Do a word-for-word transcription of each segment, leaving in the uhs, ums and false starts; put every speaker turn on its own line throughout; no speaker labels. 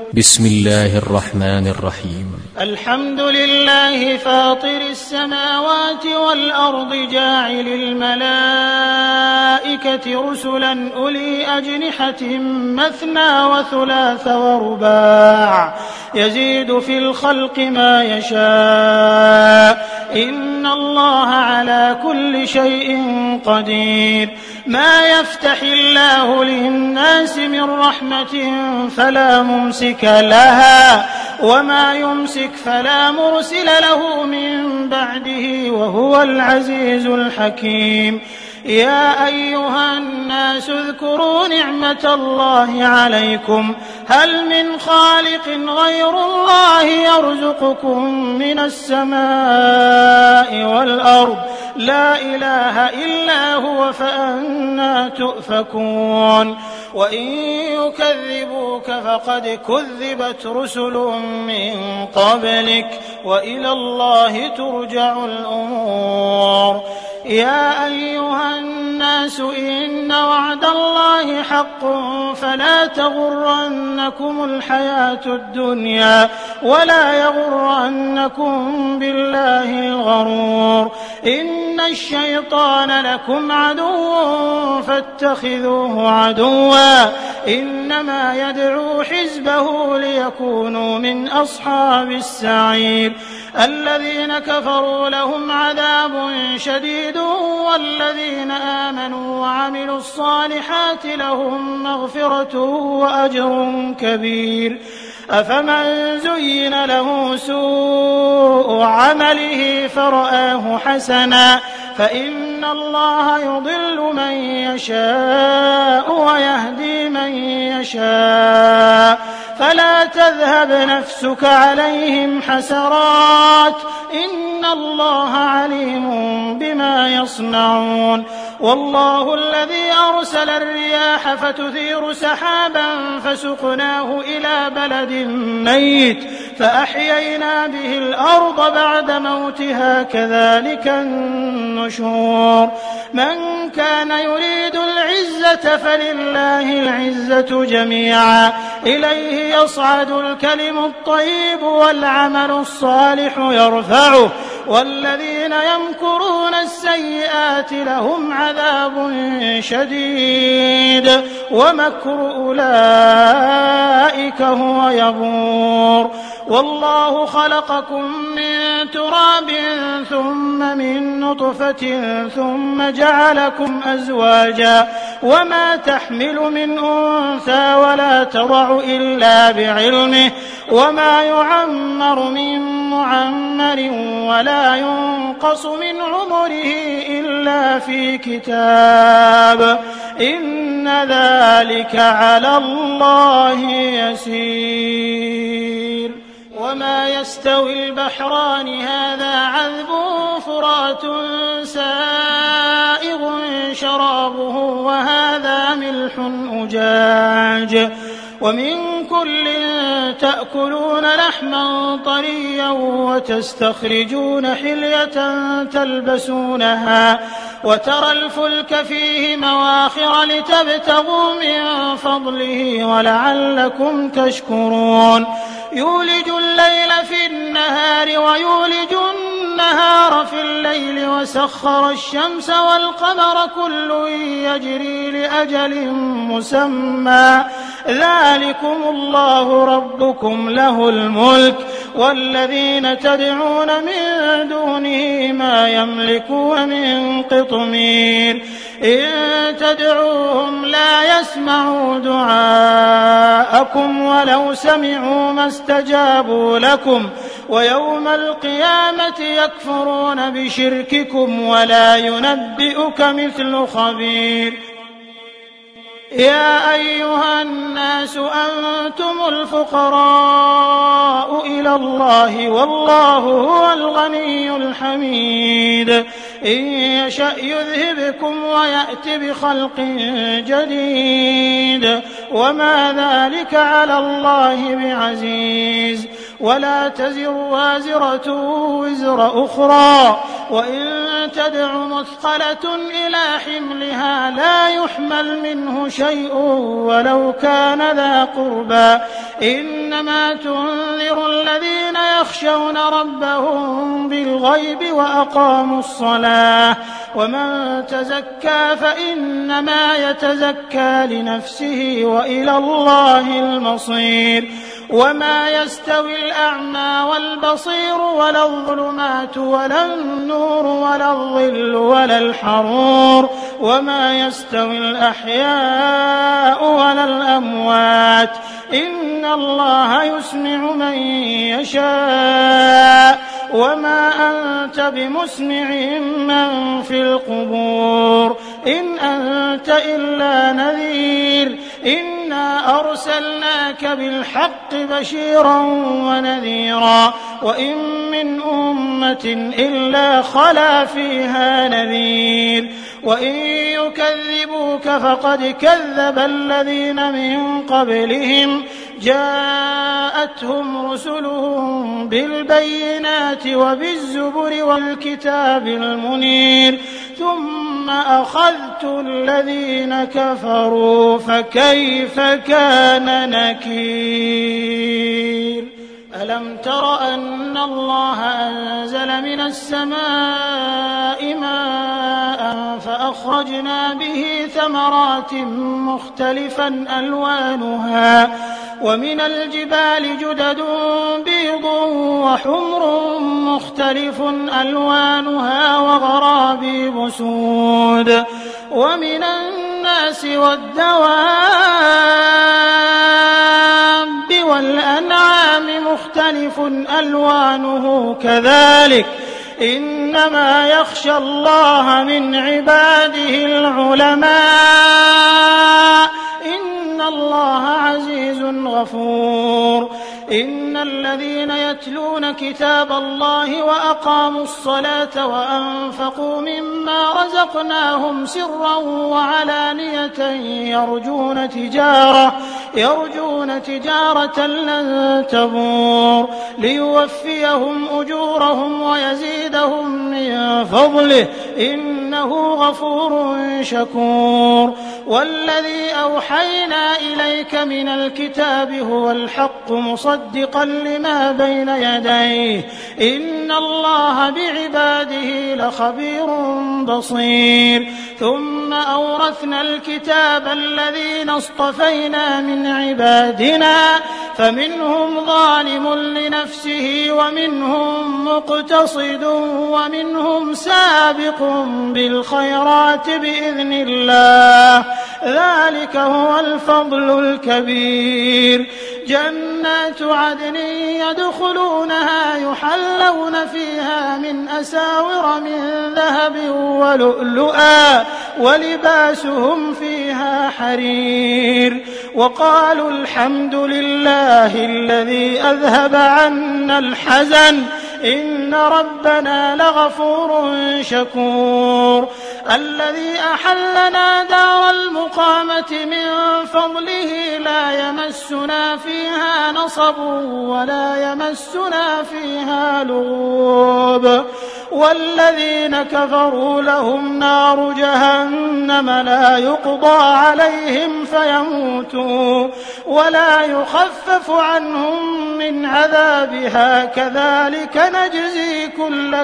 بسم الله الرحمن الرحيم.
الحمد لله فاطر السماوات والأرض جاعل الملائكة رسلا أولي أجنحة مثنى وثلاث ورباع يزيد في الخلق ما يشاء إن الله على كل شيء قدير. ما يفتح الله للناس من رحمة فلا ممسك لها وما يمسك فلا مرسل له من بعده وهو العزيز الحكيم. يا أيها الناس اذكروا نعمة الله عليكم هل من خالق غير الله يرزقكم من السماء والأرض لا إله إلا هو فأنى تؤفكون. وإن يكذبوك فقد كذبت رسل من قبلك وإلى الله ترجع الأمور. يا أيها الناس إن وعد الله حق فلا تغرنكم الحياة الدنيا ولا يغرنكم بالله الغرور. إن الشيطان لكم عدو فاتخذوه عدوا إنما يدعو حزبه ليكونوا من أصحاب السعير. الذين كفروا لهم عذاب شديد والذين آمنوا وعملوا الصالحات لهم مغفرة وأجر كبير. أفمن زين له سوء عمله فرآه حسنا فإن الله يضل من يشاء ويهدي من يشاء فلا تذهب نفسك عليهم حسرات إن الله عليم بما يصنعون. والله الذي أرسل الرياح فتثير سحابا فسقناه إلى بلد ميت فأحيينا به الأرض بعد موتها كذلك النشور. من كان يريد العزة فلله العزة جميعا إليه يصعد الكلم الطيب والعمل الصالح يرفعه والذين يمكرون السيئات لهم عذاب شديد ومكر أولئك هو يبور. والله خلقكم من تراب ثم من نطفة ثم جعلكم أزواجا وما تحمل من أنثى ولا تضع إلا بعلمه وما يعمر من معمر ولا ينقص من عمره إلا في كتاب إن ذلك على الله يسير. وما يستوي البحران هذا عذب فرات سائغ شرابه وهذا ملح أجاج ومن كل تأكلون لحما طريا وتستخرجون حلية تلبسونها وترى الفلك فيه مواخر لتبتغوا من فضله ولعلكم تشكرون. يولج الليل في النهار ويولج النهار في الليل وسخر الشمس والقمر كل يجري لأجل مسمى ذلكم الله ربكم له الملك والذين تدعون من دونه ما يملكون من قطمير. إن تدعوهم لا يسمعوا دعاءكم ولو سمعوا ما استجابوا لكم ويوم القيامة يكفرون بشرككم ولا ينبئك مثل خبير. يا أيها الناس أنتم الفقراء إلى الله والله هو الغني الحميد. إن يشأ يذهبكم ويأت بخلق جديد وما ذلك على الله بعزيز. ولا تزر وازرة وزر أخرى وإن تدع مثقلة إلى حملها لا يحمل منه شيء ولو كان ذا قربى. إن إنما تنذر الذين يخشون ربهم بالغيب وأقاموا الصلاة ومن تزكى فإنما يتزكى لنفسه وإلى الله المصير وما يستوي الأعمى والبصير ولا الظلمات ولا النور ولا الظل ولا الحرور وما يستوي الأحياء ولا الأموات إن الله يسمع من يشاء وما أنت بمسمع من في القبور إن أنت إلا نذير إنا أرسلناك بالحق بشيرا ونذيرا وإن من أمة إلا خلا فيها نذير وإن يكذبوك فقد كذب الذين من قبلهم جاءتهم رسلهم بالبينات وبالزبر والكتاب المنير ثم أخذت الذين كفروا فكيف كان نكير ألم تر أن الله أنزل من السماء ماء فأخرجنا به ثمرات مختلفا ألوانها ومن الجبال جدد بيض وحمر مختلف ألوانها وغرابيب سود ومن الناس والدواب والأنعام مختلف ألوانه كذلك إنما يخشى الله من عباده العلماء إن الله عزيز غفور إن الذين يتلون كتاب الله وأقاموا الصلاة وأنفقوا مما رزقناهم سرا وعلانية يرجون تجارة يرجون تجارة لن تبور ليوفيهم أجورهم ويزيدهم من فضله إنه غفور شكور والذي أوحينا إليك من الكتاب هو الحق مصدقا لما بين يديه إن الله بعباده لخبير بصير ثم أورثنا الكتاب الذين اصطفينا من عبادنا فمنهم ظالم لنفسه ومنهم مقتصد ومنهم سابق بالخيرات بإذن الله ذلك هو الفضل الكبير جنات عدن يدخلونها يحلون فيها من أساور من ذهب ولؤلؤا ولباسهم فيها حرير وقالوا الحمد لله الذي أذهب عنا الحزن إن ربنا لغفور شكور الذي أحلنا دار المقامة من فضله لا يمسنا فيها نصب ولا يمسنا فيها لغوب والذين كفروا لهم نار جهنم لا يقضى عليهم فيموتوا ولا يخفف عنهم من عذابها كذلك نجزي كل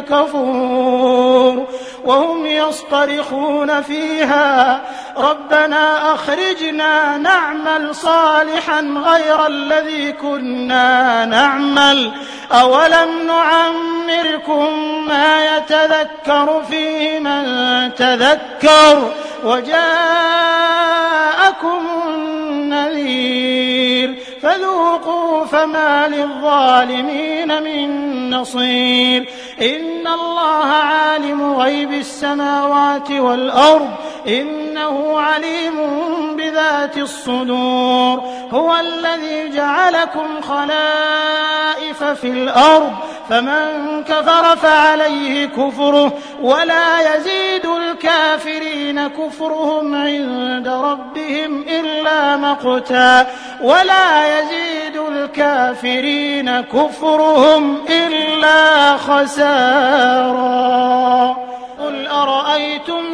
كفور وهم يصطرخون فيها ربنا أخرجنا نعمل صالحا غير الذي كنا نعمل أولم نعمركم ما يتذكر فيه من تذكر وجاءكم النذير فذوقوا فما للظالمين من نصير إن الله عالم غيب السماوات والأرض إنه عليم بذات الصدور هو الذي جعلكم خلائف في الأرض فمن كفر فعليه كفره ولا يزيد الكافرين كفرهم عند ربهم إلا مقتا ولا يزيد الكافرين كفرهم إلا خسارا قل أرأيتم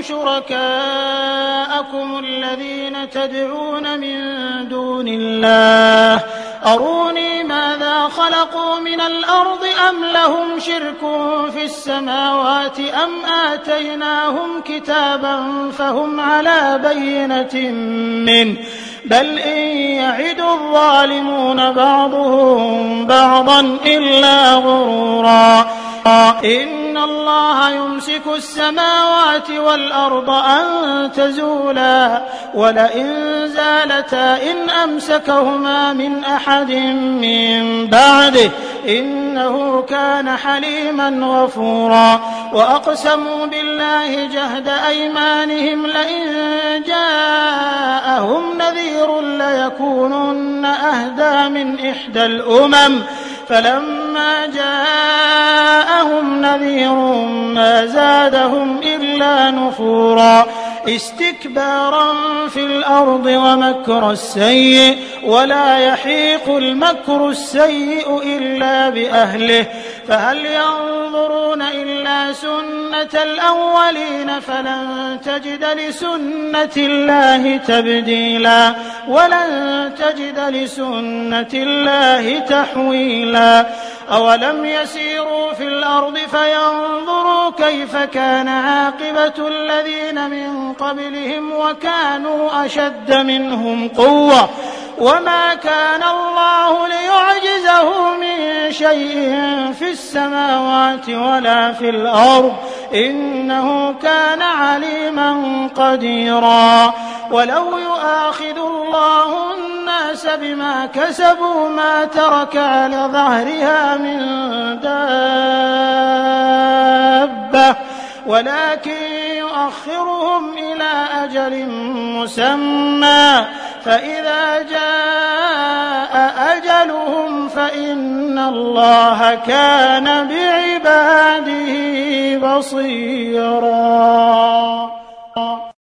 شركاءكم الذين تدعون من دون الله أروني ماذا خلقوا من الأرض أم لهم شرك في السماوات أم آتيناهم كتابا فهم على بينة منه بل إن يعد الظالمون بعضهم بعضا إلا غرورا إن الله يمسك السماوات والأرض أن تزولا ولئن زالتا إن أمسكهما من أحد من بعده إنه كان حليما غفورا وأقسموا بالله جهد أيمانهم لئن جاءهم نذير ليكونن أهدى من إحدى الأمم فلما جاءهم نذير ما زادهم إلا نفورا استكبارا في الأرض ومكر السيء ولا يحيق المكر السيء إلا بأهله فهل ينظرون إلا سنة الأولين فلن تجد لسنة الله تبديلا ولن تجد لسنة الله تحويلا أولم يسيروا في الأرض فينظروا كيف كان عاقبة الذين من قبلهم وكانوا أشد منهم قوة وما كان الله ليعجزه من شيء في السماوات ولا في الأرض إنه كان عليما قديرا ولو يؤاخذ الله الناس بما كسبوا ما ترك على ظهرها من دابة ولكن يؤخرهم إلى أجل مسمى فإذا جاء أجلهم فإن الله كان بعباده بصيرا.